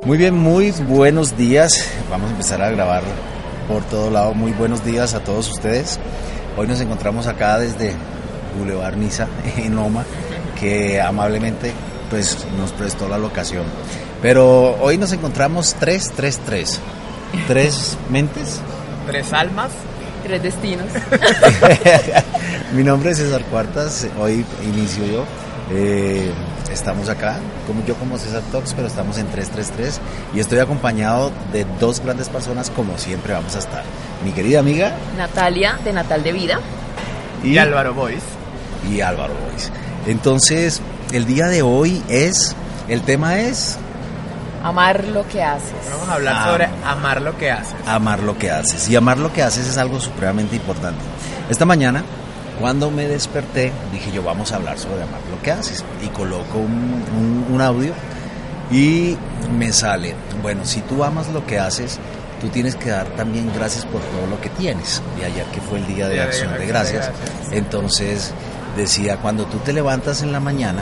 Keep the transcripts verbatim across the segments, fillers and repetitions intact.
Muy bien, muy buenos días. Vamos a empezar a grabar por todo lado. Muy buenos días a todos ustedes. Hoy nos encontramos acá desde Boulevard Niza, en Loma, que amablemente pues nos prestó la locación. Pero hoy nos encontramos tres, tres, tres. Tres mentes. Tres almas. Tres destinos. Mi nombre es César Cuartas, hoy inicio yo. Eh, estamos acá, como yo como César Talks, pero estamos en tres tres tres y estoy acompañado de dos grandes personas, como siempre vamos a estar. Mi querida amiga Natalia, de Natal de Vida. Y, y Álvaro Boys. Y Álvaro Boys. Entonces, el día de hoy es, el tema es... Amar lo que haces. Vamos a hablar ah, sobre amar lo que haces. Amar lo que haces. Y amar lo que haces es algo supremamente importante. Esta mañana, cuando me desperté, dije yo, vamos a hablar sobre amar lo que haces. Y coloco un, un, un audio y me sale, bueno, si tú amas lo que haces, tú tienes que dar también gracias por todo lo que tienes. Y ayer que fue el Día de Acción de Gracias, entonces decía, cuando tú te levantas en la mañana,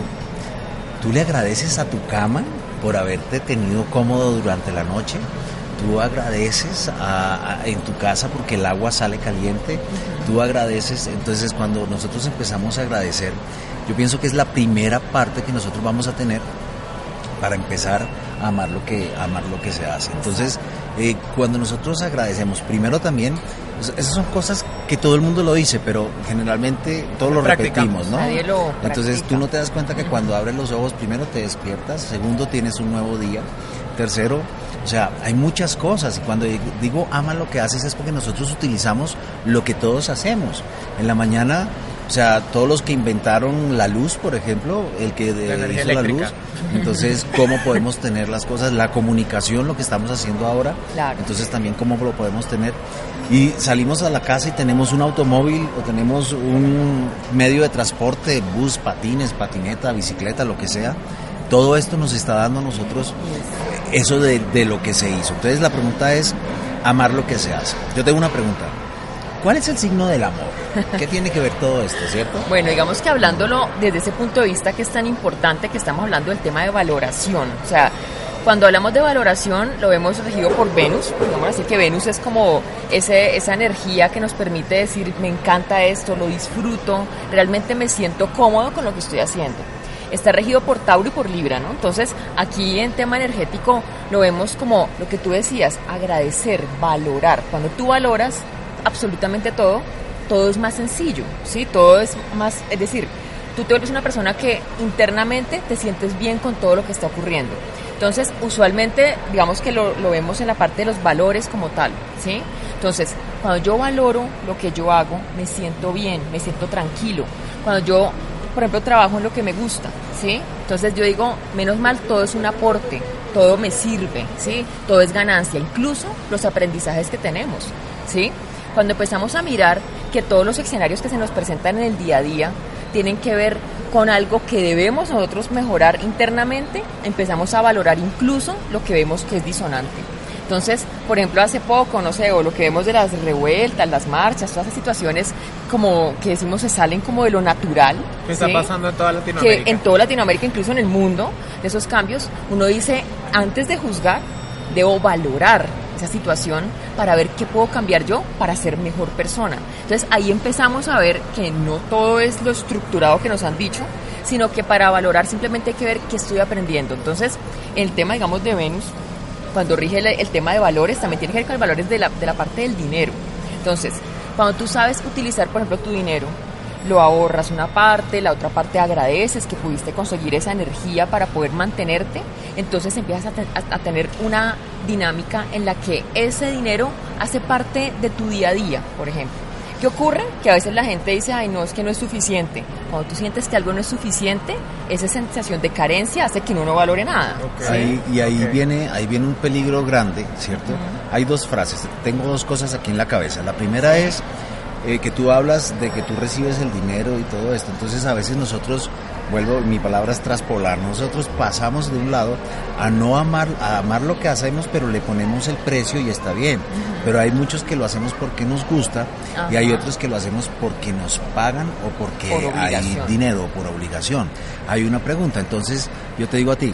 tú le agradeces a tu cama por haberte tenido cómodo durante la noche. Tú agradeces a, a, en tu casa porque el agua sale caliente. Tú agradeces. Entonces, cuando nosotros empezamos a agradecer, yo pienso que es la primera parte que nosotros vamos a tener para empezar a amar lo que, a amar lo que se hace. Entonces, eh, cuando nosotros agradecemos, primero también, pues, esas son cosas que todo el mundo lo dice, pero generalmente todos lo repetimos, ¿no? Nadie lo Entonces, practica. tú no te das cuenta que cuando abres los ojos, primero te despiertas, segundo tienes un nuevo día, tercero, o sea, hay muchas cosas. Y cuando digo ama lo que haces es porque nosotros utilizamos lo que todos hacemos. En la mañana, o sea, todos los que inventaron la luz, por ejemplo, el que de, la hizo la luz, entonces cómo podemos tener las cosas, la comunicación, lo que estamos haciendo ahora, claro. Entonces también cómo lo podemos tener. Y salimos a la casa y tenemos un automóvil o tenemos un medio de transporte, bus, patines, patineta, bicicleta, lo que sea. Todo esto nos está dando a nosotros eso de, de lo que se hizo. Entonces la pregunta es amar lo que se hace. Yo tengo una pregunta. ¿Cuál es el signo del amor? ¿Qué tiene que ver todo esto, cierto? Bueno, digamos que hablándolo desde ese punto de vista que es tan importante, que estamos hablando del tema de valoración. O sea, cuando hablamos de valoración lo vemos regido por Venus. Podemos decir que Venus es como ese, esa energía que nos permite decir, me encanta esto, lo disfruto, realmente me siento cómodo con lo que estoy haciendo. Está regido por Tauro y por Libra, ¿no? Entonces, aquí en tema energético lo vemos como lo que tú decías, agradecer, valorar. Cuando tú valoras absolutamente todo, todo es más sencillo, ¿sí? Todo es más, es decir, tú te vuelves una persona que internamente te sientes bien con todo lo que está ocurriendo. Entonces, usualmente, digamos que lo, lo vemos en la parte de los valores como tal, ¿sí? Entonces, cuando yo valoro lo que yo hago, me siento bien, me siento tranquilo. Cuando yo, por ejemplo, trabajo en lo que me gusta, ¿sí? Entonces yo digo, menos mal, todo es un aporte, todo me sirve, ¿sí? Todo es ganancia, incluso los aprendizajes que tenemos, ¿sí? Cuando empezamos a mirar que todos los escenarios que se nos presentan en el día a día tienen que ver con algo que debemos nosotros mejorar internamente, empezamos a valorar incluso lo que vemos que es disonante. Entonces, por ejemplo, hace poco, no sé, o lo que vemos de las revueltas, las marchas, todas esas situaciones como que decimos se salen como de lo natural. ¿Qué está ¿sí? pasando en toda Latinoamérica? Que en toda Latinoamérica, incluso en el mundo, de esos cambios, uno dice, antes de juzgar, debo valorar esa situación para ver qué puedo cambiar yo para ser mejor persona. Entonces, ahí empezamos a ver que no todo es lo estructurado que nos han dicho, sino que para valorar simplemente hay que ver qué estoy aprendiendo. Entonces, el tema, digamos, de Venus, cuando rige el, el tema de valores, también tiene que ver con los valores de la, de la parte del dinero. Entonces, cuando tú sabes utilizar, por ejemplo, tu dinero, lo ahorras una parte, la otra parte agradeces que pudiste conseguir esa energía para poder mantenerte, entonces empiezas a, te, a, a tener una dinámica en la que ese dinero hace parte de tu día a día, por ejemplo. ¿Qué ocurre? Que a veces la gente dice, ay, no, es que no es suficiente. Cuando tú sientes que algo no es suficiente, esa sensación de carencia hace que uno no valore nada. Okay. Ahí, y ahí, okay. viene, ahí viene un peligro grande, ¿cierto? Uh-huh. Hay dos frases, tengo dos cosas aquí en la cabeza. La primera es eh, que tú hablas de que tú recibes el dinero y todo esto. Entonces a veces nosotros, vuelvo, mi palabra es traspolar, nosotros pasamos de un lado a no amar, a amar lo que hacemos, pero le ponemos el precio y está bien. Uh-huh. Pero hay muchos que lo hacemos porque nos gusta. Ajá. Y hay otros que lo hacemos porque nos pagan o porque por hay dinero, por obligación. Hay una pregunta, entonces yo te digo a ti,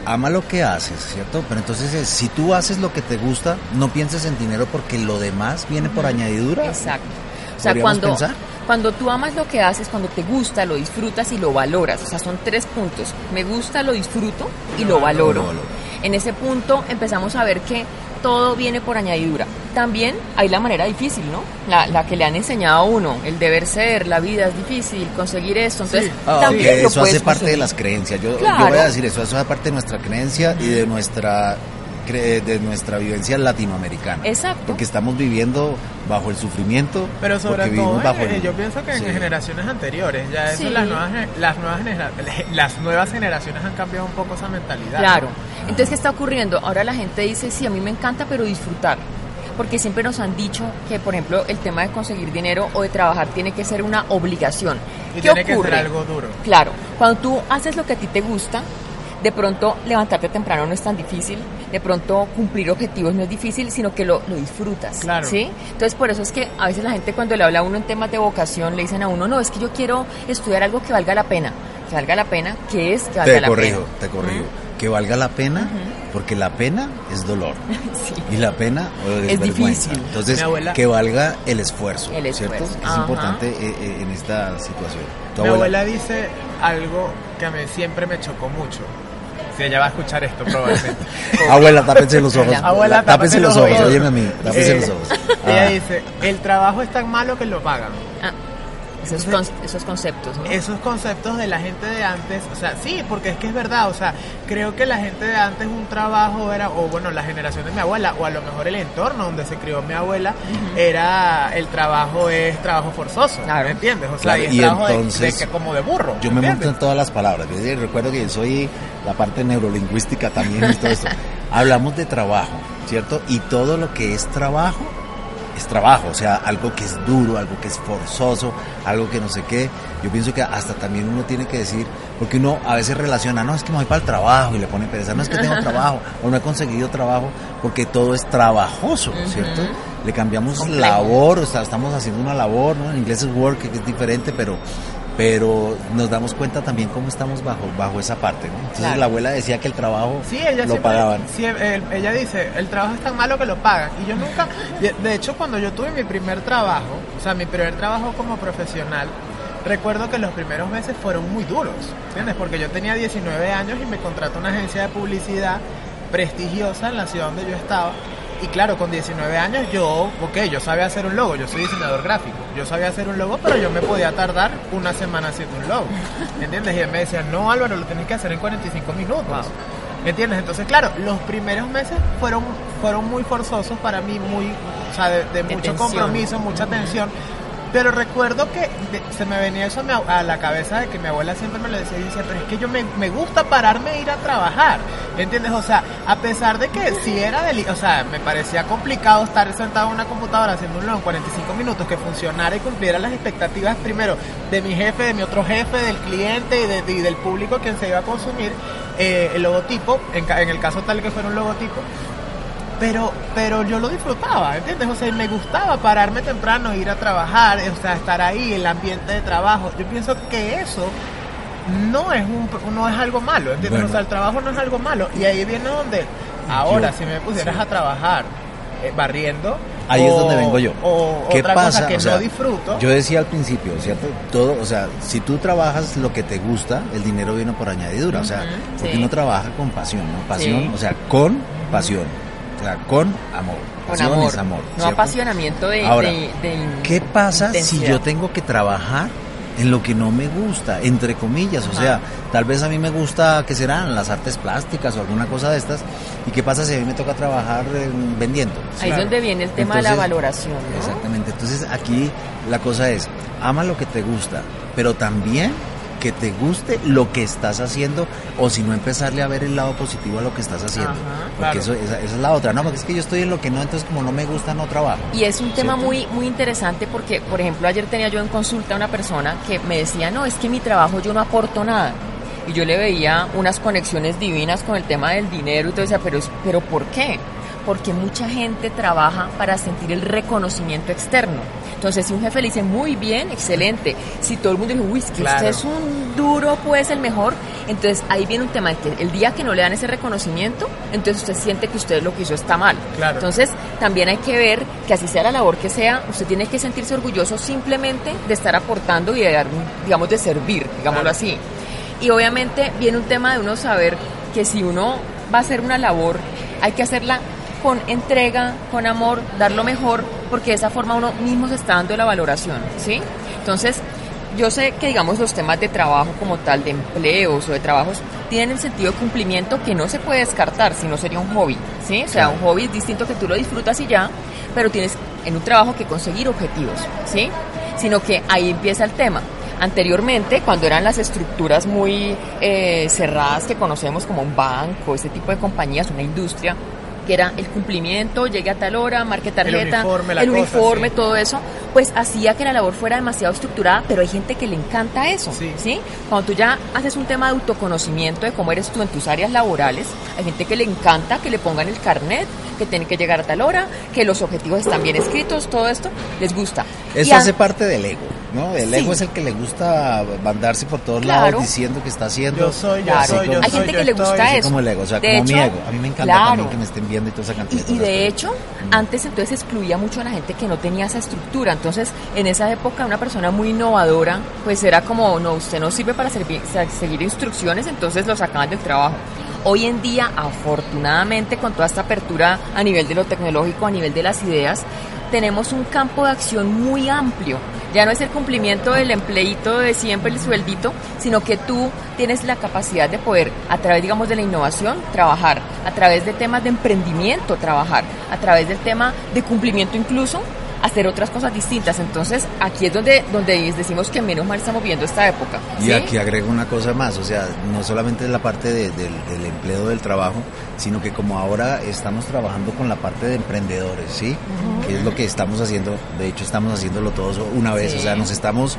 ama lo que haces, ¿cierto? Pero entonces, eh, si tú haces lo que te gusta, no pienses en dinero porque lo demás viene por añadidura. Exacto. O sea, cuando, pensar? cuando tú amas lo que haces, cuando te gusta, lo disfrutas y lo valoras. O sea, son tres puntos. Me gusta, lo disfruto y lo valoro. Lo valoro. En ese punto empezamos a ver que todo viene por añadidura. También hay la manera difícil, ¿no? La, la que le han enseñado a uno, el deber ser, la vida es difícil, conseguir esto. Entonces, Sí. Ah, también okay. lo Eso puedes hace parte conseguir. de las creencias. Yo, Claro. yo voy a decir eso, eso hace parte de nuestra creencia y de nuestra cre- de nuestra vivencia latinoamericana. Exacto. Porque estamos viviendo bajo el sufrimiento. Pero sobre porque todo, vivimos bajo eh, el- yo pienso que sí. en generaciones anteriores, ya eso Sí. las nuevas ge- las nuevas genera- las nuevas generaciones han cambiado un poco esa mentalidad. Claro. ¿no? Entonces, ¿qué está ocurriendo? Ahora la gente dice, sí, a mí me encanta, pero disfrutar. Porque siempre nos han dicho que, por ejemplo, el tema de conseguir dinero o de trabajar tiene que ser una obligación. Y ¿Qué tiene ocurre? que ser algo duro. Claro, cuando tú haces lo que a ti te gusta, de pronto levantarte temprano no es tan difícil, de pronto cumplir objetivos no es difícil, sino que lo, lo disfrutas, Claro. ¿sí? Entonces, por eso es que a veces la gente cuando le habla a uno en temas de vocación, le dicen a uno, no, es que yo quiero estudiar algo que valga la pena. Que valga la pena, ¿qué es que valga Te la corrijo, pena? te corrijo. Que valga la pena, porque la pena es dolor. Sí. Y la pena es, Es vergüenza. difícil. Entonces, Mi abuela- que valga el esfuerzo, El ¿cierto? esfuerzo. Es Ajá. importante eh, eh, en esta situación. ¿Tu Mi abuela? abuela dice algo que a mí siempre me chocó mucho. Si ella va a escuchar esto, probablemente. Abuela, tápense los ojos. Abuela, tápense tápate los los ojos, oídos. óyeme a mí, tápense Eh, los ojos. Ella Ah. dice, el trabajo es tan malo que lo pagan. Ah, esos, con- esos conceptos, ¿no? Esos conceptos de la gente de antes, o sea, sí, porque es que es verdad, o sea, creo que la gente de antes un trabajo era, o bueno, la generación de mi abuela, o a lo mejor el entorno donde se crió mi abuela, era, el trabajo es trabajo forzoso, Claro. ¿me entiendes? O sea, Claro, y es y trabajo de- entonces, de, que como de burro, Yo ¿me me monto entiendes? en todas las palabras. Yo sí recuerdo que yo soy la parte neurolingüística también y todo esto. Hablamos de trabajo, ¿cierto? Y todo lo que es trabajo es trabajo, o sea, algo que es duro, algo que es forzoso, algo que no sé qué. Yo pienso que hasta también uno tiene que decir, porque uno a veces relaciona, no, es que me voy para el trabajo y le pone pereza, no es que tengo trabajo o no he conseguido trabajo, porque todo es trabajoso, ¿cierto? Le cambiamos Complejo. labor, o sea, estamos haciendo una labor, ¿no? En inglés es work, que es diferente, pero pero nos damos cuenta también cómo estamos bajo bajo esa parte, ¿no? Entonces Claro. la abuela decía que el trabajo Sí, ella lo siempre- pagaban. sí, el- ella dice, el trabajo es tan malo que lo pagan. Y yo nunca, de de hecho, cuando yo tuve mi primer trabajo, o sea, mi primer trabajo como profesional, recuerdo que los primeros meses fueron muy duros, ¿entiendes? Porque yo tenía diecinueve años y me contrató una agencia de publicidad prestigiosa en la ciudad donde yo estaba. Y claro, con diecinueve años yo, ok, yo sabía hacer un logo, yo soy diseñador gráfico, yo sabía hacer un logo, pero yo me podía tardar una semana haciendo un logo, ¿entiendes? Y él me decía, no Álvaro, lo tenés que hacer en cuarenta y cinco minutos, ¿me entiendes? Entonces, claro, los primeros meses fueron, fueron muy forzosos para mí, muy, o sea, de, de mucho tensión. compromiso, mucha tensión. Pero recuerdo que de- se me venía eso a, mi ab- a la cabeza de que mi abuela siempre me lo decía y decía, pero es que yo me, me gusta pararme e ir a trabajar, ¿entiendes? O sea, a pesar de que si era deli o sea, me parecía complicado estar sentado en una computadora haciendo un logo en cuarenta y cinco minutos que funcionara y cumpliera las expectativas primero de mi jefe, de mi otro jefe, del cliente y, de- y del público quien se iba a consumir eh, el logotipo, en, ca- en el caso tal que fuera un logotipo. Pero, pero yo lo disfrutaba, ¿entiendes? O sea, me gustaba pararme temprano, ir a trabajar, o sea, estar ahí, el ambiente de trabajo. Yo pienso que eso no es un, no es algo malo, ¿entiendes? Bueno. O sea, el trabajo no es algo malo. Y ahí viene donde, ahora, Yo- si me pusieras sí. a trabajar eh, barriendo... Ahí o- es donde vengo yo. O ¿Qué otra pasa? cosa que O sea, no disfruto. Yo decía al principio, ¿cierto? Todo, o sea, si tú trabajas lo que te gusta, el dinero viene por añadidura. O sea, Ujú, porque sí. uno trabaja con pasión, ¿no? Pasión, Sí. o sea, con pasión. O sea, con amor. Con Pasión amor, es amor. no ¿cierto? apasionamiento de, Ahora, de, de in- ¿Qué pasa si intensidad. yo tengo que trabajar en lo que no me gusta, entre comillas? O Ajá. sea, tal vez a mí me gusta, ¿qué serán? Las artes plásticas o alguna cosa de estas. ¿Y qué pasa si a mí me toca trabajar eh, vendiendo? Ahí es Claro. donde viene el tema de la Entonces, valoración, ¿no? Exactamente. Entonces aquí la cosa es, ama lo que te gusta, pero también que te guste lo que estás haciendo, o si no, empezarle a ver el lado positivo a lo que estás haciendo. Ajá, porque claro. eso, esa, esa es la otra. No, porque es que yo estoy en lo que no, entonces como no me gusta, no trabajo. Y es un tema ¿Cierto? muy muy interesante porque, por ejemplo, ayer tenía yo en consulta a una persona que me decía, no, es que mi trabajo yo no aporto nada. Y yo le veía unas conexiones divinas con el tema del dinero y todo eso, pero, es- pero ¿por qué? porque mucha gente trabaja para sentir el reconocimiento externo. Entonces, si un jefe le dice, muy bien, excelente, si todo el mundo dice, uy, es que Claro. usted es un duro, pues el mejor, entonces ahí viene un tema de que el día que no le dan ese reconocimiento, entonces usted siente que usted lo que hizo está mal. Claro. Entonces, también hay que ver que así sea la labor que sea, usted tiene que sentirse orgulloso simplemente de estar aportando y de dar, digamos, de servir, digámoslo Claro. así. Y obviamente viene un tema de uno saber que si uno va a hacer una labor, hay que hacerla con entrega, con amor, dar lo mejor, porque de esa forma uno mismo se está dando la valoración, ¿sí? Entonces, yo sé que, digamos, los temas de trabajo como tal, de empleos o de trabajos, tienen el sentido de cumplimiento que no se puede descartar, si no sería un hobby, ¿sí? O sea, Claro. un hobby es distinto que tú lo disfrutas y ya, pero tienes en un trabajo que conseguir objetivos, ¿sí? Sino que ahí empieza el tema. Anteriormente, cuando eran las estructuras muy eh, cerradas que conocemos como un banco, ese tipo de compañías, una industria, que era el cumplimiento, llegue a tal hora, marque tarjeta, uniforme, la el cosa, uniforme, sí. todo eso, pues hacía que la labor fuera demasiado estructurada, pero hay gente que le encanta eso, Sí. ¿sí? Cuando tú ya haces un tema de autoconocimiento de cómo eres tú en tus áreas laborales, hay gente que le encanta que le pongan el carnet, que tienen que llegar a tal hora, que los objetivos están bien escritos, todo esto, les gusta. Eso Y a- hace parte del ego, ¿no? El Sí. ego es el que le gusta mandarse por todos Claro. lados diciendo que está haciendo. Yo soy, yo Claro. soy, yo Hay soy, gente yo que le estoy. gusta Así eso. como el ego, o sea, De como mi hecho, ego. A mí me encanta claro. también que me estén viendo y toda esa cantidad de Y, y cosas, de pero- hecho, antes entonces excluía mucho a la gente que no tenía esa estructura. Entonces, en esa época, una persona muy innovadora, pues era como, no, usted no sirve para servir- seguir instrucciones, entonces lo sacaban del trabajo. Hoy en día, afortunadamente, con toda esta apertura a nivel de lo tecnológico, a nivel de las ideas, tenemos un campo de acción muy amplio. Ya no es el cumplimiento del empleíto de siempre, el sueldito, sino que tú tienes la capacidad de poder, a través, digamos, de la innovación, trabajar, a través de temas de emprendimiento, trabajar, a través del tema de cumplimiento incluso, hacer otras cosas distintas. Entonces, aquí es donde, donde decimos que menos mal estamos viendo esta época. Y ¿sí? aquí agrego una cosa más, o sea, no solamente es la parte de- del, del empleo del trabajo, sino que como ahora estamos trabajando con la parte de emprendedores, ¿sí? Que es lo que estamos haciendo, de hecho estamos haciéndolo todos una vez, Sí. o sea, nos estamos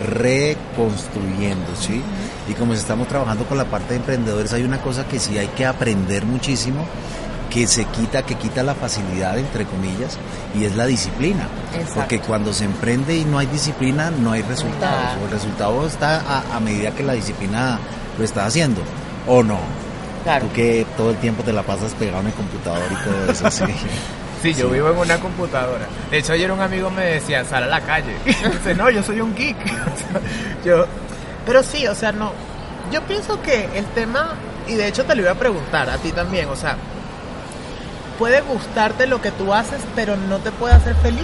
reconstruyendo, ¿sí? Y como estamos trabajando con la parte de emprendedores, hay una cosa que sí hay que aprender muchísimo, que se quita, que quita la facilidad, entre comillas, y es la disciplina. Exacto. Porque cuando se emprende y no hay disciplina, no hay resultados. Nada. O el resultado está a, a medida que la disciplina lo está haciendo, ¿o no? Claro. Tú que todo el tiempo te la pasas pegado en el computador y todo eso, sí. Sí, yo Sí. vivo en una computadora. De hecho, ayer un amigo me decía, sal a la calle. Dice, no, yo soy un geek. yo, pero sí, o sea, no. Yo pienso que el tema, y de hecho te lo iba a preguntar a ti también, o sea, puede gustarte lo que tú haces, pero no te puede hacer feliz.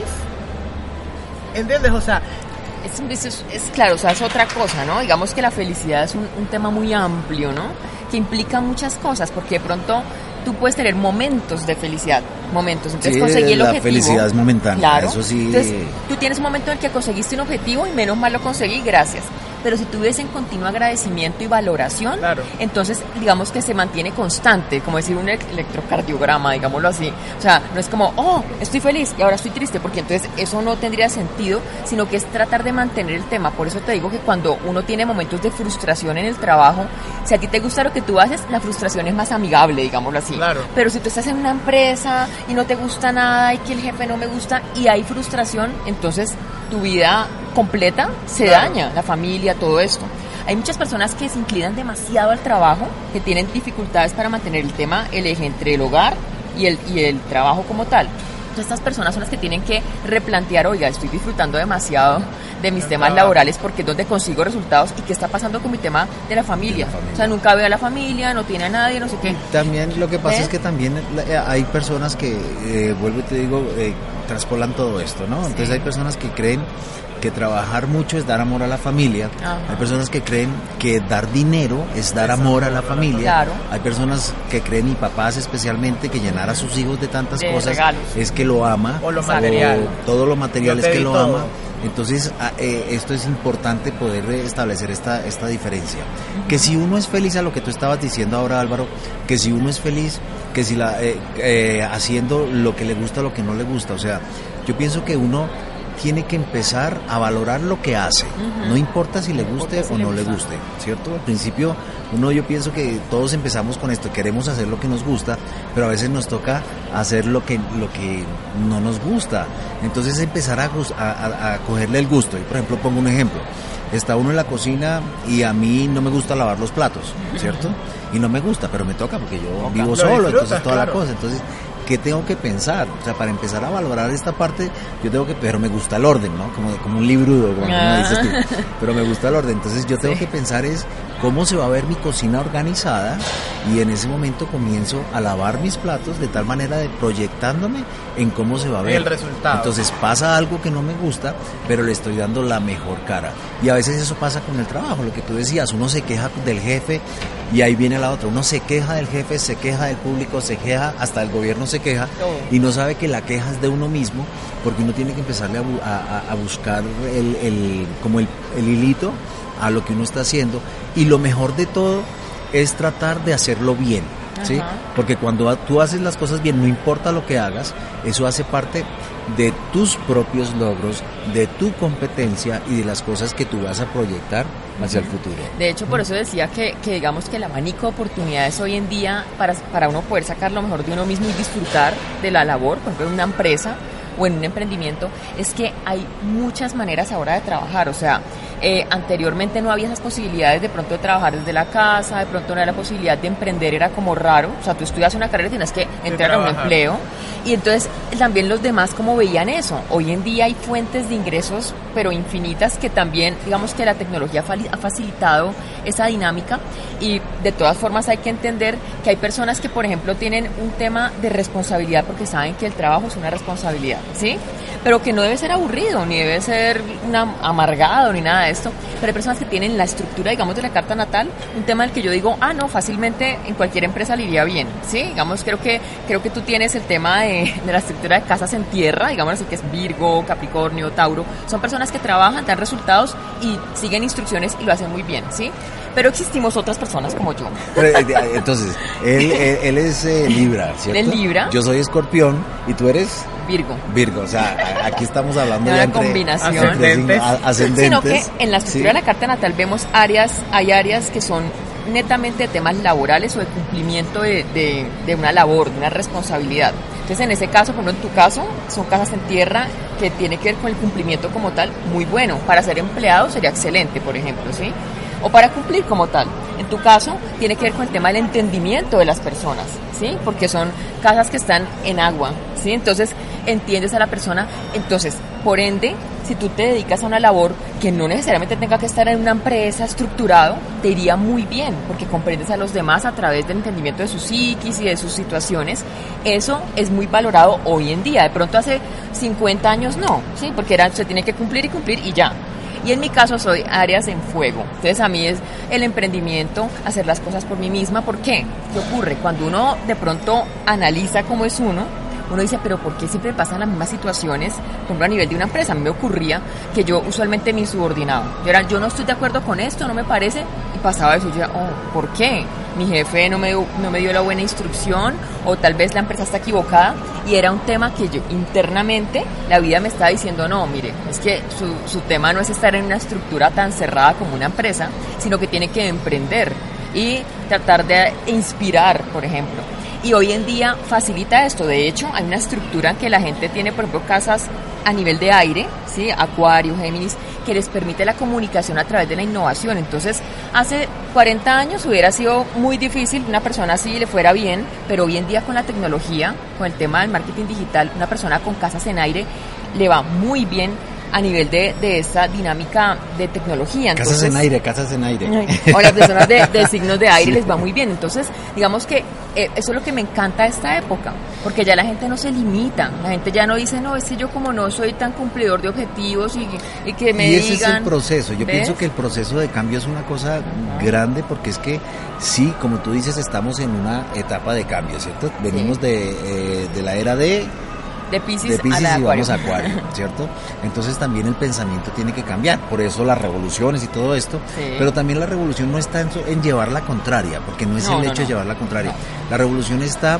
¿Entiendes? O sea, Es, un- es, es claro, o sea, es otra cosa, ¿no? Digamos que la felicidad es un, un tema muy amplio, ¿no? Que implica muchas cosas, porque de pronto tú puedes tener momentos de felicidad, momentos, entonces Sí, conseguir el la objetivo. felicidad es momentánea, Claro. eso sí. Entonces, tú tienes un momento en el que conseguiste un objetivo y menos mal lo conseguí, gracias. Pero si tuviese en continuo agradecimiento y valoración, Claro. entonces digamos que se mantiene constante, como decir un elec- electrocardiograma, digámoslo así. O sea, no es como, oh, estoy feliz y ahora estoy triste, porque entonces eso no tendría sentido, sino que es tratar de mantener el tema. Por eso te digo que cuando uno tiene momentos de frustración en el trabajo, si a ti te gusta lo que tú haces, la frustración es más amigable, digámoslo así. Claro. Pero si tú estás en una empresa y no te gusta nada y que el jefe no me gusta y hay frustración, entonces tu vida completa se Claro. daña, la familia, todo esto. Hay muchas personas que se inclinan demasiado al trabajo, que tienen dificultades para mantener el tema, el eje entre el hogar y el, y el trabajo como tal. Entonces, estas personas son las que tienen que replantear, oiga, estoy disfrutando demasiado de mis El temas trabajo. laborales porque es donde consigo resultados y qué está pasando con mi tema de la familia. De la familia. O sea, nunca veo a la familia, no tiene a nadie, no sé qué. También lo que pasa ¿Eh? es que también la- hay personas que, eh, vuelvo y te digo, eh, traspolan todo esto, ¿no? Entonces hay personas que creen que trabajar mucho es dar amor a la familia. Ajá. Hay personas que creen que dar dinero es dar amor a la familia. Claro. Hay personas que creen, y papás especialmente, que llenar a sus hijos de tantas De cosas regalos. es que lo ama. O lo material. Todo lo material Yo es te que di lo todo. ama. Entonces, a- eh, esto es importante poder eh, establecer esta, esta diferencia. Que si uno es feliz, a lo que tú estabas diciendo ahora, Álvaro, que si uno es feliz, que si la, eh, eh, haciendo lo que le gusta, lo que no le gusta, o sea, yo pienso que uno tiene que empezar a valorar lo que hace, uh-huh. no importa si le guste si o le no gusta. le guste, ¿cierto? Al principio uno, yo pienso que todos empezamos con esto, queremos hacer lo que nos gusta, pero a veces nos toca hacer lo que lo que no nos gusta, entonces empezar a, a, a cogerle el gusto. Y por ejemplo, pongo un ejemplo, está uno en la cocina y a mí no me gusta lavar los platos, ¿cierto? Y no me gusta, pero me toca porque yo Toca. vivo Lo solo, disfrutas, entonces toda claro. la cosa, entonces ¿qué tengo que pensar? O sea, para empezar a valorar esta parte, yo tengo que, pero me gusta el orden, ¿no? Como, como un librudo, como, como dices tú, pero me gusta el orden, entonces yo tengo sí. que pensar es cómo se va a ver mi cocina organizada, y en ese momento comienzo a lavar mis platos de tal manera de proyectándome en cómo se va a ver el resultado. Entonces pasa algo que no me gusta, pero le estoy dando la mejor cara, y a veces eso pasa con el trabajo, lo que tú decías, uno se queja del jefe y ahí viene la otra, uno se queja del jefe, se queja del público, se queja, hasta el gobierno se queja, oh. y no sabe que la queja es de uno mismo, porque uno tiene que empezarle a, a, a buscar el, el, como el, el hilito a lo que uno está haciendo, y lo mejor de todo es tratar de hacerlo bien, ¿sí? Porque cuando tú haces las cosas bien, no importa lo que hagas, eso hace parte de tus propios logros, de tu competencia y de las cosas que tú vas a proyectar hacia el futuro. De hecho, por eso decía que, que digamos que el abanico de oportunidades hoy en día para, para uno poder sacar lo mejor de uno mismo y disfrutar de la labor, por ejemplo en una empresa o en un emprendimiento, es que hay muchas maneras ahora de trabajar. O sea, eh, anteriormente no había esas posibilidades de pronto de trabajar desde la casa, de pronto no era la posibilidad de emprender, era como raro. O sea, tú estudias una carrera y tienes que entrar a un empleo, y entonces también los demás como veían eso. Hoy en día hay fuentes de ingresos pero infinitas, que también digamos que la tecnología ha facilitado esa dinámica, y de todas formas hay que entender que hay personas que por ejemplo tienen un tema de responsabilidad porque saben que el trabajo es una responsabilidad, ¿sí? Pero que no debe ser aburrido, ni debe ser una amargado, ni nada de esto. Pero hay personas que tienen la estructura, digamos, de la carta natal, un tema del que yo digo, ah, no, fácilmente en cualquier empresa le iría bien, ¿sí? Digamos, creo que creo que tú tienes el tema de, de la estructura de casas en tierra, digamos así, que es Virgo, Capricornio, Tauro. Son personas que trabajan, dan resultados y siguen instrucciones y lo hacen muy bien, ¿sí? Pero existimos otras personas como yo. Pero, entonces, él, él, él es eh, Libra, ¿cierto? Él es Libra. Yo soy Escorpión y tú eres... Virgo. Virgo, o sea, aquí estamos hablando de una entre combinación. Ascendentes. ascendentes. Sino que en la estructura, ¿sí?, de la carta natal vemos áreas, hay áreas que son netamente de temas laborales o de cumplimiento de, de, de una labor, de una responsabilidad. Entonces, en ese caso, por ejemplo, en tu caso, son casas en tierra que tiene que ver con el cumplimiento como tal, muy bueno. Para ser empleado sería excelente, por ejemplo, ¿sí? O para cumplir como tal. En tu caso, tiene que ver con el tema del entendimiento de las personas, ¿sí? Porque son casas que están en agua, ¿sí? Entonces, entiendes a la persona. Entonces, por ende, si tú te dedicas a una labor que no necesariamente tenga que estar en una empresa estructurado, te iría muy bien, porque comprendes a los demás a través del entendimiento de sus psiquis y de sus situaciones. Eso es muy valorado hoy en día. De pronto hace cincuenta años no, ¿sí? Porque era, se tiene que cumplir y cumplir y ya. Y en mi caso soy Aries en fuego. Entonces a mí es el emprendimiento, hacer las cosas por mí misma. ¿Por qué? ¿Qué ocurre? Cuando uno de pronto analiza cómo es uno, uno dice, pero ¿por qué siempre pasan las mismas situaciones? Por ejemplo, a nivel de una empresa, a mí me ocurría que yo usualmente me insubordinaba. Yo era, yo no estoy de acuerdo con esto, no me parece, y pasaba eso. Yo era, oh, ¿por qué? Mi jefe no me, no me dio la buena instrucción, o tal vez la empresa está equivocada, y era un tema que yo internamente, la vida me estaba diciendo, no, mire, es que su, su tema no es estar en una estructura tan cerrada como una empresa, sino que tiene que emprender y tratar de inspirar, por ejemplo. Y hoy en día facilita esto. De hecho, hay una estructura que la gente tiene, por ejemplo, casas a nivel de aire, ¿sí? Acuario, Géminis, que les permite la comunicación a través de la innovación. Entonces, hace cuarenta años hubiera sido muy difícil una persona así le fuera bien, pero hoy en día con la tecnología, con el tema del marketing digital, una persona con casas en aire le va muy bien a nivel de, de esta dinámica de tecnología. Entonces, casas en aire, casas en aire. O las personas de, de signos de aire, sí, les va muy bien. Entonces, digamos que eh, eso es lo que me encanta de esta época, porque ya la gente no se limita, la gente ya no dice, no, es que yo como no soy tan cumplidor de objetivos y, y que me y ese digan... es el proceso. Yo ¿ves? pienso que el proceso de cambio es una cosa uh-huh. grande, porque es que sí, como tú dices, estamos en una etapa de cambio, ¿cierto? Venimos sí. de, eh, de la era de... De Piscis, de Piscis a y vamos a Acuario, Acuario, ¿cierto? Entonces también el pensamiento tiene que cambiar, por eso las revoluciones y todo esto, sí. Pero también la revolución no está en, en llevar la contraria, porque no es no, el no, hecho no. de llevar la contraria, no. La revolución está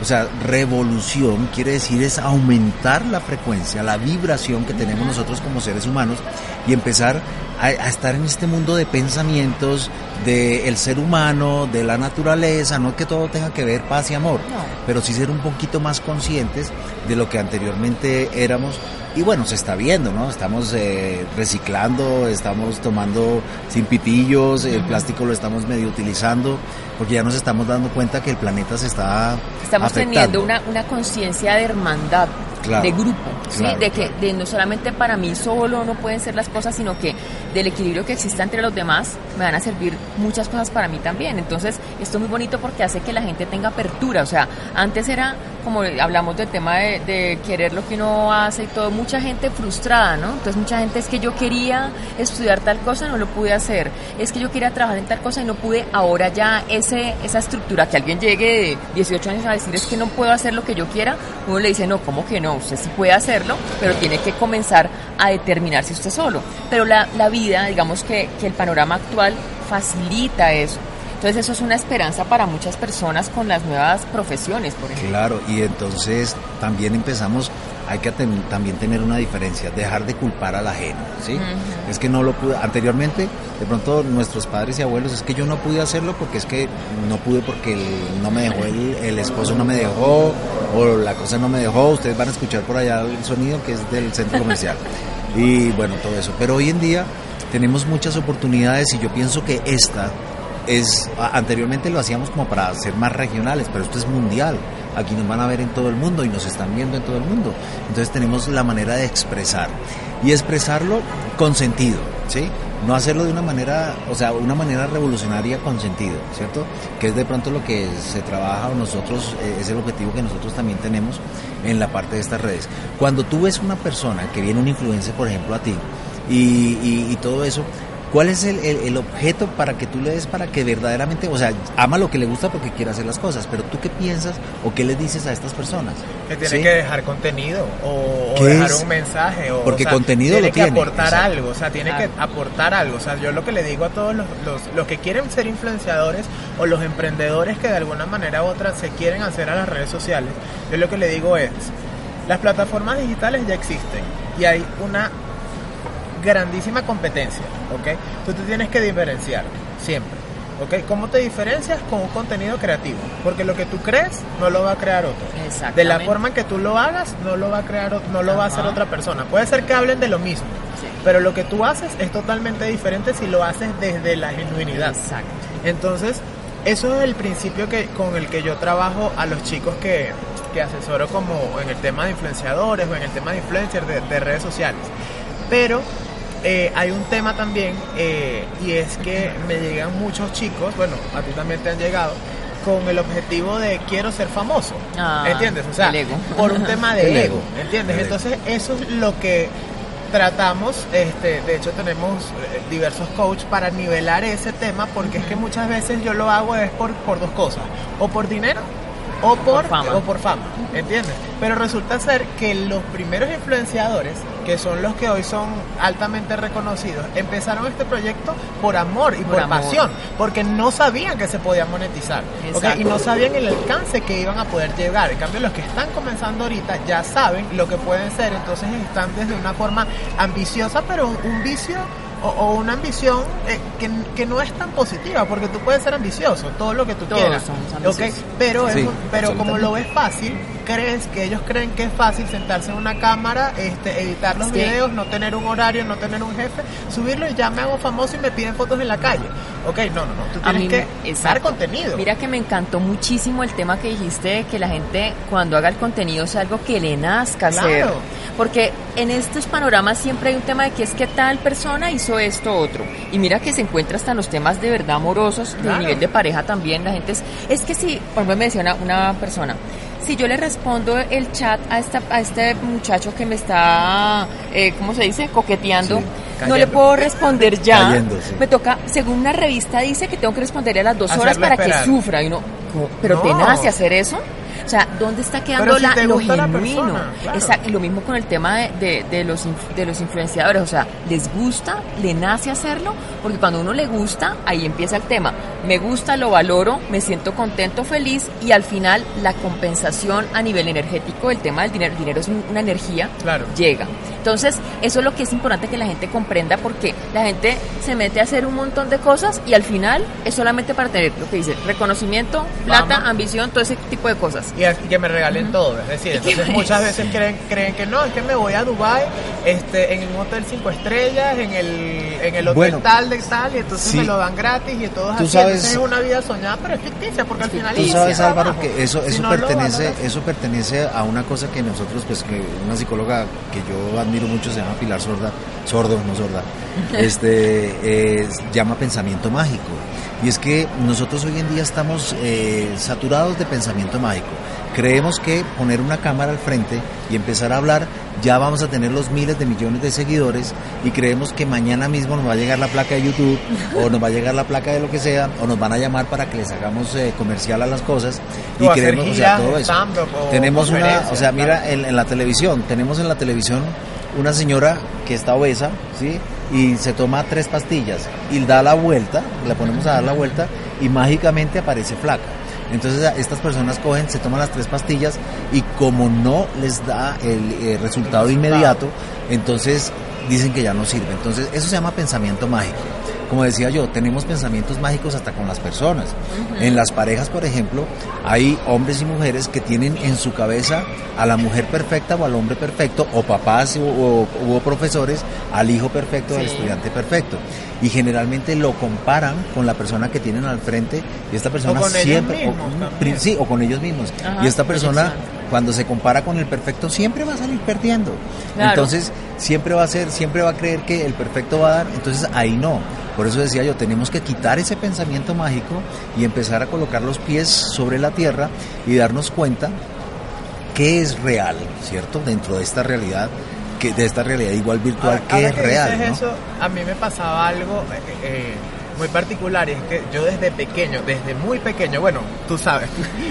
O sea, revolución quiere decir es aumentar la frecuencia, la vibración que tenemos nosotros como seres humanos y empezar a, a estar en este mundo de pensamientos del ser humano, de la naturaleza, no que todo tenga que ver paz y amor, no. Pero sí ser un poquito más conscientes de lo que anteriormente éramos. Y bueno, se está viendo, ¿no? Estamos eh, reciclando, estamos tomando sin pitillos, el plástico lo estamos medio utilizando, porque ya nos estamos dando cuenta que el planeta se está Estamos afectando. Teniendo una, una conciencia de hermandad, claro, de grupo, ¿sí? Claro, de que claro. de no solamente para mí solo no pueden ser las cosas, sino que del equilibrio que existe entre los demás me van a servir muchas cosas para mí también. Entonces, esto es muy bonito porque hace que la gente tenga apertura. O sea, antes era, como hablamos del tema de, de querer lo que uno hace y todo, mucha gente frustrada, ¿no? Entonces, mucha gente es que yo quería estudiar tal cosa y no lo pude hacer. Es que yo quería trabajar en tal cosa y no pude. Ahora ya ese esa estructura, que alguien llegue de dieciocho años a decir es que no puedo hacer lo que yo quiera, uno le dice, no, ¿cómo que no? Usted sí puede hacerlo, pero tiene que comenzar a determinarse usted solo. Pero la, la vida, digamos que, que el panorama actual facilita eso. Entonces eso es una esperanza para muchas personas con las nuevas profesiones, por ejemplo. Claro, y entonces también empezamos, hay que ten, también tener una diferencia, dejar de culpar al ajeno, ¿sí? Uh-huh. Es que no lo pude, anteriormente, de pronto nuestros padres y abuelos, es que yo no pude hacerlo porque es que no pude porque el, no me dejó, el, el esposo no me dejó, o la cosa no me dejó, ustedes van a escuchar por allá el sonido que es del centro comercial, y bueno, todo eso. Pero hoy en día tenemos muchas oportunidades y yo pienso que esta es, anteriormente lo hacíamos como para ser más regionales, pero esto es mundial, aquí nos van a ver en todo el mundo y nos están viendo en todo el mundo, entonces tenemos la manera de expresar y expresarlo con sentido, ¿sí? No hacerlo de una manera, o sea, una manera revolucionaria con sentido, ¿cierto? Que es de pronto lo que se trabaja o nosotros, eh, es el objetivo que nosotros también tenemos en la parte de estas redes. Cuando tú ves una persona que viene una influencia, por ejemplo, a ti y, y, y todo eso, ¿cuál es el, el, el objeto para que tú le des para que verdaderamente, o sea, ama lo que le gusta porque quiere hacer las cosas, pero tú qué piensas o qué les dices a estas personas? Que tiene ¿sí? que dejar contenido o, o dejar es? un mensaje o, porque o sea, contenido tiene lo que tiene, aportar exacto. algo, o sea, tiene ah. que aportar algo. O sea, yo lo que le digo a todos los, los, los que quieren ser influenciadores o los emprendedores que de alguna manera u otra se quieren hacer a las redes sociales, yo lo que le digo es, las plataformas digitales ya existen y hay una grandísima competencia, ¿ok? Tú te tienes que diferenciar siempre, ¿ok? ¿Cómo te diferencias? Con un contenido creativo, porque lo que tú crees no lo va a crear otro. De la forma en que tú lo hagas no lo va a crear, no lo Ajá. va a hacer otra persona. Puede ser que hablen de lo mismo, sí. pero lo que tú haces es totalmente diferente si lo haces desde la genuinidad. Exacto. Entonces, eso es el principio que con el que yo trabajo a los chicos que, que asesoro como en el tema de influenciadores o en el tema de influencers de, de redes sociales. Pero Eh, hay un tema también eh, y es que me llegan muchos chicos, bueno, a ti también te han llegado, con el objetivo de quiero ser famoso, ah, ¿entiendes? O sea, el ego. Por un tema de ego, ego, ¿entiendes? El Entonces ego. Eso es lo que tratamos, este, de hecho tenemos eh, diversos coaches para nivelar ese tema, porque uh-huh. es que muchas veces yo lo hago es por, por dos cosas, o por dinero o por, por fama. o por fama, ¿entiendes? Pero resulta ser que los primeros influenciadores, que son los que hoy son altamente reconocidos, empezaron este proyecto por amor y por, por amor. pasión, porque no sabían que se podía monetizar, ¿okay? Y no sabían el alcance que iban a poder llegar. En cambio, los que están comenzando ahorita ya saben lo que pueden ser, entonces están desde una forma ambiciosa, pero un, un vicio o, o una ambición eh, que, que no es tan positiva, porque tú puedes ser ambicioso, todo lo que tú Todos quieras, ¿okay? Pero, sí, es, pero como lo ves fácil, crees que ellos creen que es fácil sentarse en una cámara, este, editar los sí. videos, no tener un horario, no tener un jefe, subirlo y ya me hago famoso y me piden fotos en la calle. Ok, no, no, no, tú tienes que me, dar contenido. Mira que me encantó muchísimo el tema que dijiste de que la gente cuando haga el contenido sea algo que le nazca claro. hacer. Porque en estos panoramas siempre hay un tema de que es que tal persona hizo esto otro. Y mira que se encuentra hasta en los temas de verdad amorosos, claro. de nivel de pareja también. La gente es, es que si, por ejemplo me decía una, una persona, si yo le respondo el chat a esta a este muchacho que me está, eh, ¿cómo se dice? Coqueteando, sí, no le puedo responder ya. Cayendo, sí. Me toca, según una revista dice que tengo que responderle a las dos Hacerle horas para esperar. Que sufra. Y uno, ¿pero no. te nace hacer eso? O sea, ¿dónde está quedando si la, lo genuino? La persona, claro. Exacto, y lo mismo con el tema de, de, de, los, de los influenciadores. O sea, ¿les gusta? ¿Le nace hacerlo? Porque cuando a uno le gusta, ahí empieza el tema. me gusta, lo valoro, me siento contento, feliz, y al final la compensación a nivel energético, el tema del dinero, el dinero es una energía, claro, llega. Entonces, eso es lo que es importante que la gente comprenda, porque la gente se mete a hacer un montón de cosas y al final es solamente para tener lo que dice reconocimiento, plata, Fama, ambición, todo ese tipo de cosas. y, y que me regalen uh-huh. todo, es decir, entonces muchas veces creen, creen que no, es que me voy a Dubái, este, en un hotel cinco estrellas, en el, en el hotel bueno, tal de tal, y entonces sí, me lo dan gratis y todo así. Sabes, entonces es una vida soñada, pero es ficticia, porque al final tú sabes, Álvaro, que eso, eso si no pertenece, eso pertenece a una cosa que nosotros, pues, que una psicóloga que yo admiro mucho se llama Pilar Sorda, Sordo, no Sorda, este, eh, llama pensamiento mágico. Y es que nosotros hoy en día estamos eh, saturados de pensamiento mágico. Creemos que poner una cámara al frente y empezar a hablar, ya vamos a tener los miles de millones de seguidores, y creemos que mañana mismo nos va a llegar la placa de YouTube o nos va a llegar la placa de lo que sea, o nos van a llamar para que les hagamos eh, comercial a las cosas, y o queremos, o sea, todo eso. Tenemos una, o sea, mira, claro, en, en la televisión, tenemos en la televisión una señora que está obesa, ¿sí? Y se toma tres pastillas y da la vuelta, le ponemos a dar la vuelta y mágicamente aparece flaca. Entonces estas personas cogen, se toman las tres pastillas y como no les da el eh, resultado inmediato, entonces dicen que ya no sirve. Entonces eso se llama pensamiento mágico. Como decía yo, tenemos pensamientos mágicos hasta con las personas. Uh-huh. En las parejas, por ejemplo, hay hombres y mujeres que tienen en su cabeza a la mujer perfecta o al hombre perfecto, o papás o, o, o profesores al hijo perfecto, sí, al estudiante perfecto. Y generalmente lo comparan con la persona que tienen al frente, y esta persona o con siempre... Ellos mismos, o, sí, o con ellos mismos. Ajá, y esta persona, cuando se compara con el perfecto, siempre va a salir perdiendo. Claro. Entonces, siempre va a ser, siempre va a creer que el perfecto va a dar, entonces ahí no. Por eso decía yo, tenemos que quitar ese pensamiento mágico y empezar a colocar los pies sobre la tierra y darnos cuenta qué es real, ¿cierto? Dentro de esta realidad, que de esta realidad igual virtual, ahora, qué ahora es que real, ¿no? Eso, a mí me pasaba algo eh, eh, muy particular, y es que yo desde pequeño, desde muy pequeño, bueno, tú sabes,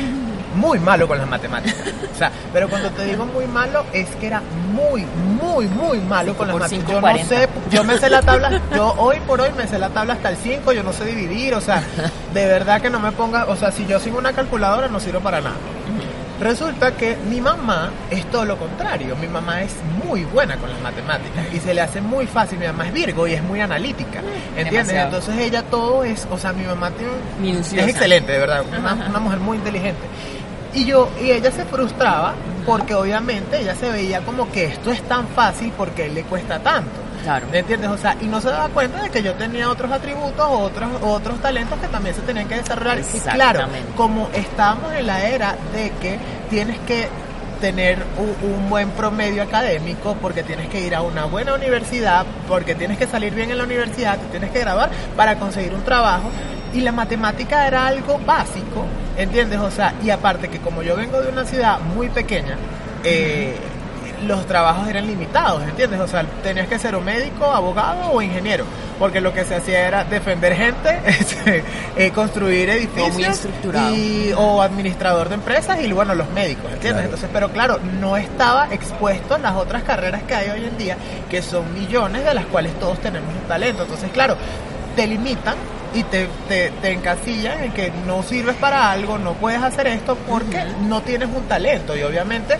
muy malo con las matemáticas. O sea, pero cuando te digo muy malo, es que era muy, muy, muy malo con las matemáticas. Yo no sé, yo me sé la tabla, yo hoy por hoy me sé la tabla hasta el cinco, yo no sé dividir, o sea, de verdad que no me ponga, o sea, si yo sin una calculadora no sirvo para nada. Resulta que mi mamá es todo lo contrario. Mi mamá es muy buena con las matemáticas y se le hace muy fácil. Mi mamá es Virgo y es muy analítica, ¿entiendes? Demasiado. Entonces ella todo es, o sea, mi mamá tiene, es excelente, de verdad, una, una mujer muy inteligente. Y yo, y ella se frustraba porque obviamente ella se veía como que esto es tan fácil porque a él le cuesta tanto. Claro. ¿Me entiendes? O sea, y no se daba cuenta de que yo tenía otros atributos, otros otros talentos que también se tenían que desarrollar. Y claro, como estábamos en la era de que tienes que tener un, un buen promedio académico, porque tienes que ir a una buena universidad, porque tienes que salir bien en la universidad, te tienes que graduar para conseguir un trabajo, y la matemática era algo básico, ¿entiendes? O sea, y aparte que como yo vengo de una ciudad muy pequeña, eh, los trabajos eran limitados, ¿entiendes? O sea, tenías que ser o médico, abogado o ingeniero, porque lo que se hacía era defender gente, este, eh, construir edificios y, o administrador de empresas, y bueno, los médicos, ¿entiendes? Claro. Entonces, pero claro, no estaba expuesto a las otras carreras que hay hoy en día, que son millones, de las cuales todos tenemos un talento. Entonces, claro, te limitan y te, te, te encasillan en que no sirves para algo, no puedes hacer esto porque uh-huh. no tienes un talento. Y obviamente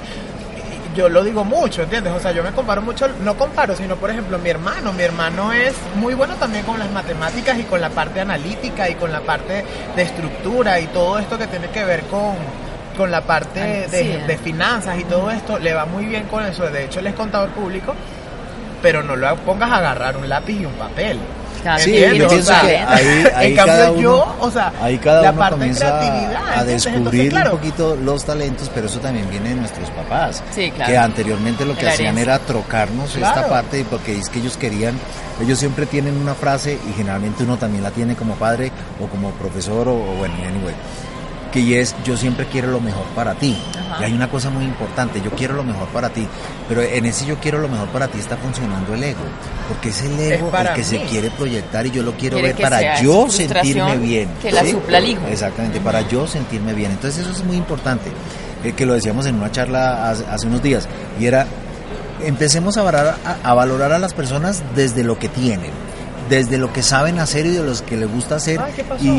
yo lo digo mucho, ¿entiendes? O sea, yo me comparo mucho, no comparo, sino por ejemplo mi hermano, mi hermano es muy bueno también con las matemáticas y con la parte analítica y con la parte de estructura y todo esto que tiene que ver con, con la parte Ay, de, sí, de finanzas y todo esto, le va muy bien con eso. De hecho él es contador público, pero no lo pongas a agarrar un lápiz y un papel. Sí, yo pienso o sea, que ahí, ahí en cambio cada uno, yo, o sea, ahí cada la uno parte comienza de creatividad, a descubrir entonces, claro, un poquito los talentos, pero eso también viene de nuestros papás, sí, claro, que anteriormente lo que la hacían herencia. era trocarnos claro. esta parte, porque es que ellos querían, ellos siempre tienen una frase y generalmente uno también la tiene como padre o como profesor o, o bueno, anyway, que es yo siempre quiero lo mejor para ti. Ajá. Y hay una cosa muy importante, yo quiero lo mejor para ti, pero en ese yo quiero lo mejor para ti está funcionando el ego, porque es el ego es el que mí. se quiere proyectar y yo lo quiero quiere ver para yo sentirme bien. Que la ¿sí? supla el hijo. Exactamente, uh-huh. para yo sentirme bien. Entonces eso es muy importante, eh, que lo decíamos en una charla hace, hace unos días, y era, empecemos a valorar, a, a valorar a las personas desde lo que tienen, desde lo que saben hacer y de los que les gusta hacer. Ay, ¿qué pasó? y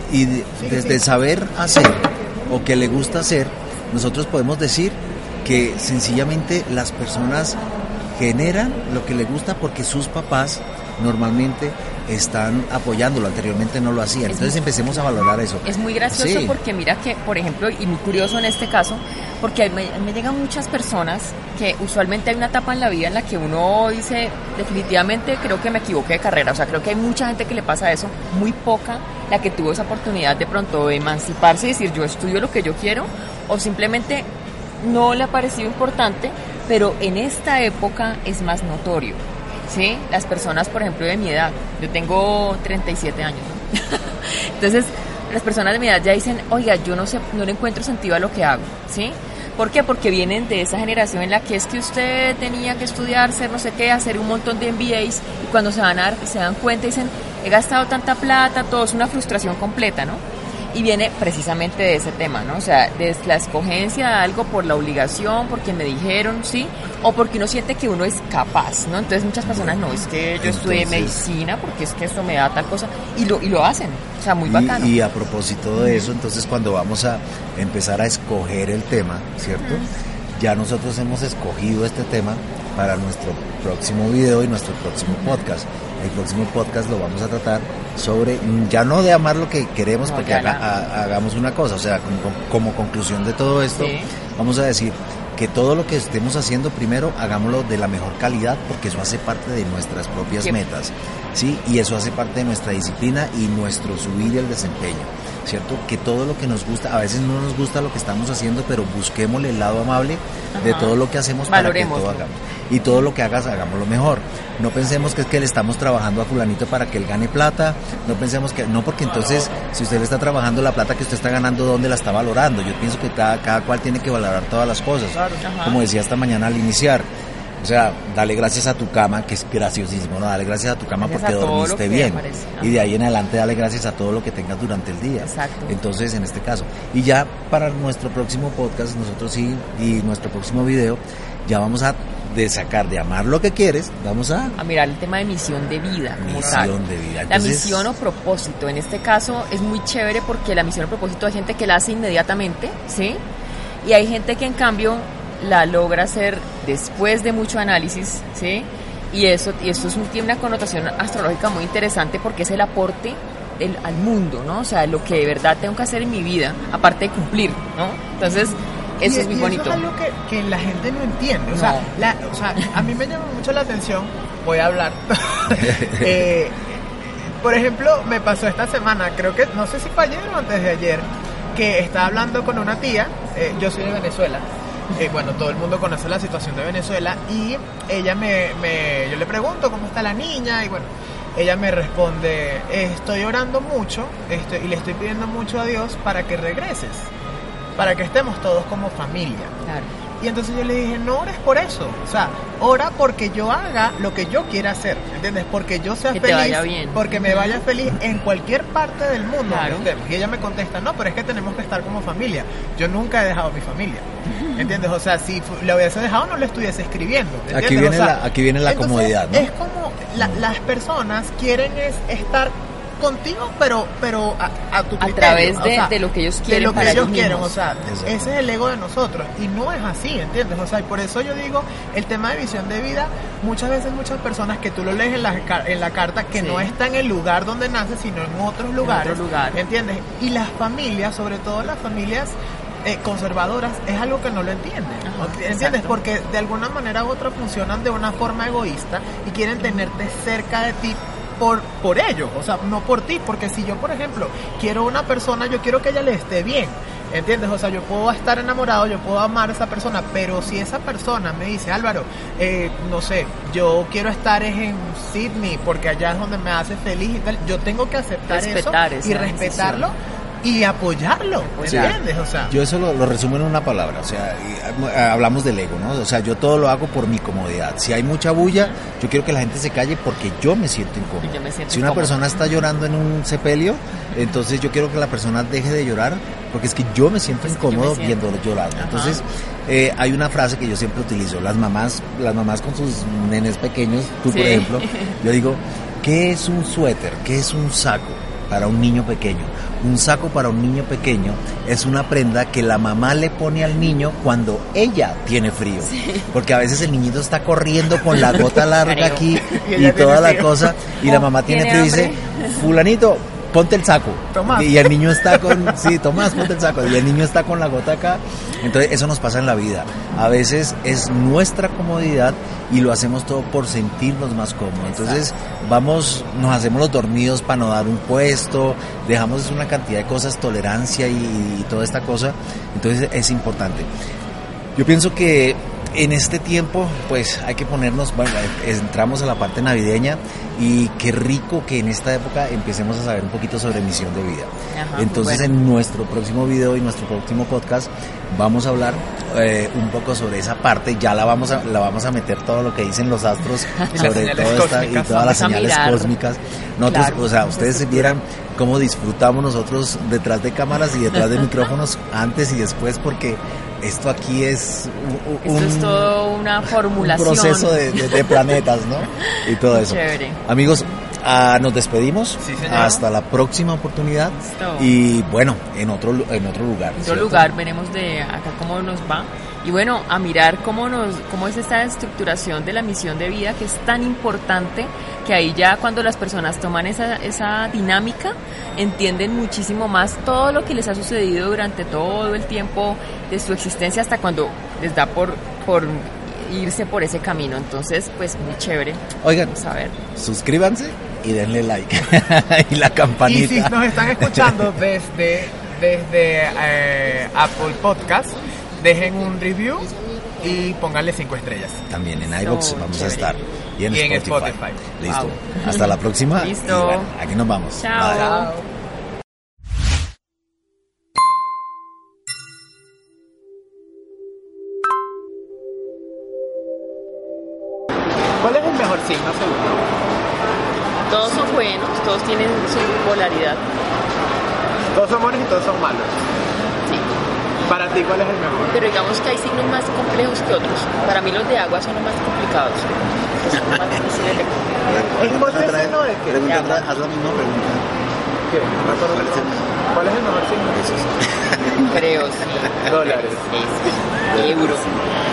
y de, Sí, desde sí. saber hacer o que le gusta hacer, nosotros podemos decir que sencillamente las personas generan lo que le gusta porque sus papás normalmente están apoyándolo, anteriormente no lo hacían. Es Entonces muy- empecemos a valorar eso. Es muy gracioso Sí. porque mira que, por ejemplo, y muy curioso en este caso, porque me, me llegan muchas personas que usualmente hay una etapa en la vida en la que uno dice, definitivamente creo que me equivoqué de carrera, o sea, creo que hay mucha gente que le pasa eso, muy poca la que tuvo esa oportunidad de pronto de emanciparse y decir yo estudio lo que yo quiero, o simplemente no le ha parecido importante, pero en esta época es más notorio. ¿Sí? Las personas, por ejemplo, de mi edad, yo tengo treinta y siete años, ¿no? Entonces, las personas de mi edad ya dicen, oiga, yo no sé, no le encuentro sentido a lo que hago, ¿sí? ¿Por qué? Porque vienen de esa generación en la que es que usted tenía que estudiar, ser no sé qué, hacer un montón de M B As, y cuando se van a dar, se dan cuenta dicen, he gastado tanta plata, todo es una frustración completa, ¿no? Y viene precisamente de ese tema, ¿no? O sea, de la escogencia de algo por la obligación, porque me dijeron, ¿sí? O porque uno siente que uno es capaz, ¿no? Entonces muchas personas, no, es que yo estudié Entonces- medicina porque es que esto me da tal cosa, y lo, y lo hacen, o sea, muy Y- bacano. Y, a propósito de eso, entonces cuando vamos a empezar a escoger el tema, ¿cierto? Ya nosotros hemos escogido este tema para nuestro próximo video y nuestro próximo podcast. El próximo podcast lo vamos a tratar sobre, mm, ya no de amar lo que queremos, No, porque ya haga- no. ha- hagamos una cosa, o sea, como, como conclusión de todo esto, Sí. vamos a decir que todo lo que estemos haciendo primero, hagámoslo de la mejor calidad, porque eso hace parte de nuestras propias Que- metas, ¿sí? Y eso hace parte de nuestra disciplina y nuestro subir el desempeño, ¿cierto? Que todo lo que nos gusta, a veces no nos gusta lo que estamos haciendo, pero busquémosle el lado amable de Ajá. todo lo que hacemos para que Valorémoslo. todo hagamos. Y todo lo que hagas, hagámoslo mejor. No pensemos que es que le estamos trabajando a fulanito para que él gane plata, no pensemos que, no, porque entonces, si usted le está trabajando la plata que usted está ganando, ¿dónde la está valorando? Yo pienso que cada, cada cual tiene que valorar todas las cosas. Claro. Ajá. Como decía esta mañana al iniciar, o sea, dale gracias a tu cama, que es graciosísimo, ¿no? Dale gracias a tu cama Gracias porque a todo lo dormiste que bien. aparece. Ajá. Y de ahí en adelante dale gracias a todo lo que tengas durante el día. Exacto. Entonces, en este caso. Y ya para nuestro próximo podcast, nosotros sí, y nuestro próximo video, ya vamos a de sacar de amar lo que quieres, vamos a A mirar el tema de misión de vida, como tal. misión de vida. La Entonces, misión o propósito, en este caso es muy chévere porque la misión o propósito hay gente que la hace inmediatamente, ¿sí? Y hay gente que en cambio la logra hacer después de mucho análisis, ¿sí? Y eso, y esto es un, tiene una connotación astrológica muy interesante porque es el aporte el- al mundo, ¿no? O sea, lo que de verdad tengo que hacer en mi vida, aparte de cumplir, ¿no? Entonces, eso Y- es muy y bonito. Eso es algo que, que la gente no entiende. O, No. sea, la- o sea, a mí me llama mucho la atención, voy a hablar. Eh, por ejemplo, me pasó esta semana, creo que, no sé si fue ayer o antes de ayer, que estaba hablando con una tía, eh, yo soy de Venezuela. Eh, bueno, todo el mundo conoce la situación de Venezuela y ella me, me, yo le pregunto cómo está la niña y bueno, ella me responde, eh, estoy orando mucho este, y le estoy pidiendo mucho a Dios para que regreses, para que estemos todos como familia. Claro. Y entonces yo le dije, no ores por eso, o sea, ora porque yo haga lo que yo quiera hacer, ¿entiendes? Porque yo sea Que te feliz, vaya bien. porque me vaya feliz en cualquier parte del mundo Claro. donde estemos. Y ella me contesta, no, pero es que tenemos que estar como familia. Yo nunca he dejado mi familia, ¿entiendes? O sea, si fu- la hubiese dejado no lo estuviese escribiendo, ¿entiendes? Aquí viene O sea, la- aquí viene la entonces, comodidad, ¿no? Es como la- las personas quieren es estar contigo, pero pero a, a tu A criterio, través o de- sea, de lo que ellos de quieren lo que para ellos ellos quieren, mismos. o sea, Exacto. ese es el ego de nosotros y no es así, ¿entiendes? O sea, y por eso yo digo, el tema de visión de vida, muchas veces muchas personas que tú lo lees en la, ca- en la carta que Sí. no está en el lugar donde nace, sino en otros lugares, otro lugar. ¿entiendes? Y las familias, sobre todo las familias eh, conservadoras, es algo que no lo entienden, Ajá, ¿entiendes? exacto. Porque de alguna manera u otra funcionan de una forma egoísta y quieren tenerte cerca de ti por, por ellos, o sea, no por ti, porque si yo, por ejemplo, quiero una persona, yo quiero que ella le esté bien, ¿entiendes? O sea, yo puedo estar enamorado, yo puedo amar a esa persona, pero si esa persona me dice, Álvaro, eh, no sé, yo quiero estar es en Sydney porque allá es donde me hace feliz y tal, yo tengo que aceptar Respetar eso y esa respetarlo y apoyarlo, Sí. ¿entiendes? O sea, Yo eso lo, lo resumo en una palabra, o sea, y, eh, hablamos del ego, ¿no? O sea, yo todo lo hago por mi comodidad. Si hay mucha bulla, yo quiero que la gente se calle porque yo me siento incómodo. Y yo me siento Si una incómodo. persona está llorando en un sepelio, entonces yo quiero que la persona deje de llorar porque es que yo me siento Es que yo incómodo me siento. viéndolo llorar. Ajá. Entonces, eh, hay una frase que yo siempre utilizo, las mamás, las mamás con sus nenes pequeños, tú por Sí. ejemplo, yo digo, ¿qué es un suéter? ¿Qué es un saco para un niño pequeño? Un saco para un niño pequeño es una prenda que la mamá le pone al niño cuando ella tiene frío. Sí. Porque a veces el niñito está corriendo con la gota larga Creo. aquí y, y toda la cosa, y oh, la mamá tiene frío y dice, fulanito, ponte el saco. Tomás. Y el niño está con, sí, Tomás, ponte el saco. Y el niño está con la gota acá. Entonces eso nos pasa en la vida. A veces es nuestra comodidad y lo hacemos todo por sentirnos más cómodos. Entonces vamos, nos hacemos los dormidos para no dar un puesto, dejamos una cantidad de cosas, tolerancia y, y toda esta cosa. Entonces es importante. Yo pienso que en este tiempo pues hay que ponernos, bueno, entramos a la parte navideña y qué rico que en esta época empecemos a saber un poquito sobre misión de vida. Ajá, entonces bueno. En nuestro próximo video y nuestro próximo podcast vamos a hablar eh, un poco sobre esa parte, ya la vamos a la vamos a meter todo lo que dicen los astros sobre todo esta, y todas las señales cósmicas. Nosotros, claro. O sea, ustedes vieran cómo disfrutamos nosotros detrás de cámaras y detrás de micrófonos antes y después, porque esto aquí es un, esto es todo una formulación, un proceso de, de, de planetas, ¿no? Y todo eso. Chévere. Amigos, uh, nos despedimos. Sí, señor. Hasta la próxima oportunidad. Listo. Y bueno, en otro en otro lugar. En otro ¿cierto? lugar veremos de acá cómo nos va. Y bueno, a mirar cómo nos cómo es esta estructuración de la misión de vida, que es tan importante, que ahí ya cuando las personas toman esa esa dinámica, entienden muchísimo más todo lo que les ha sucedido durante todo el tiempo de su existencia, hasta cuando les da por por irse por ese camino. Entonces, pues muy chévere. Oigan, vamos a ver. Suscríbanse y denle like y la campanita. Y si nos están escuchando desde desde eh, Apple Podcast, dejen un review y pónganle cinco estrellas. También en iVoox oh, vamos chévere. a estar. Y en, y en Spotify. Spotify. Listo. Wow. Hasta la próxima. Listo. Y bueno, aquí nos vamos. Chao. Chao. ¿Cuál es el mejor signo seguro? Todos son buenos, todos tienen su polaridad. Todos son buenos y todos son malos. Sí. Para ti, ¿cuál es el mejor? Pero digamos que hay signos más complejos que otros. Para mí los de agua son los más complicados. Son los más difíciles de comprender. ¿Es más signo de qué? Haz la misma pregunta. ¿Qué? ¿Cuál es el mejor signo? Creo, sí. Dólares. Sí, sí. Euro.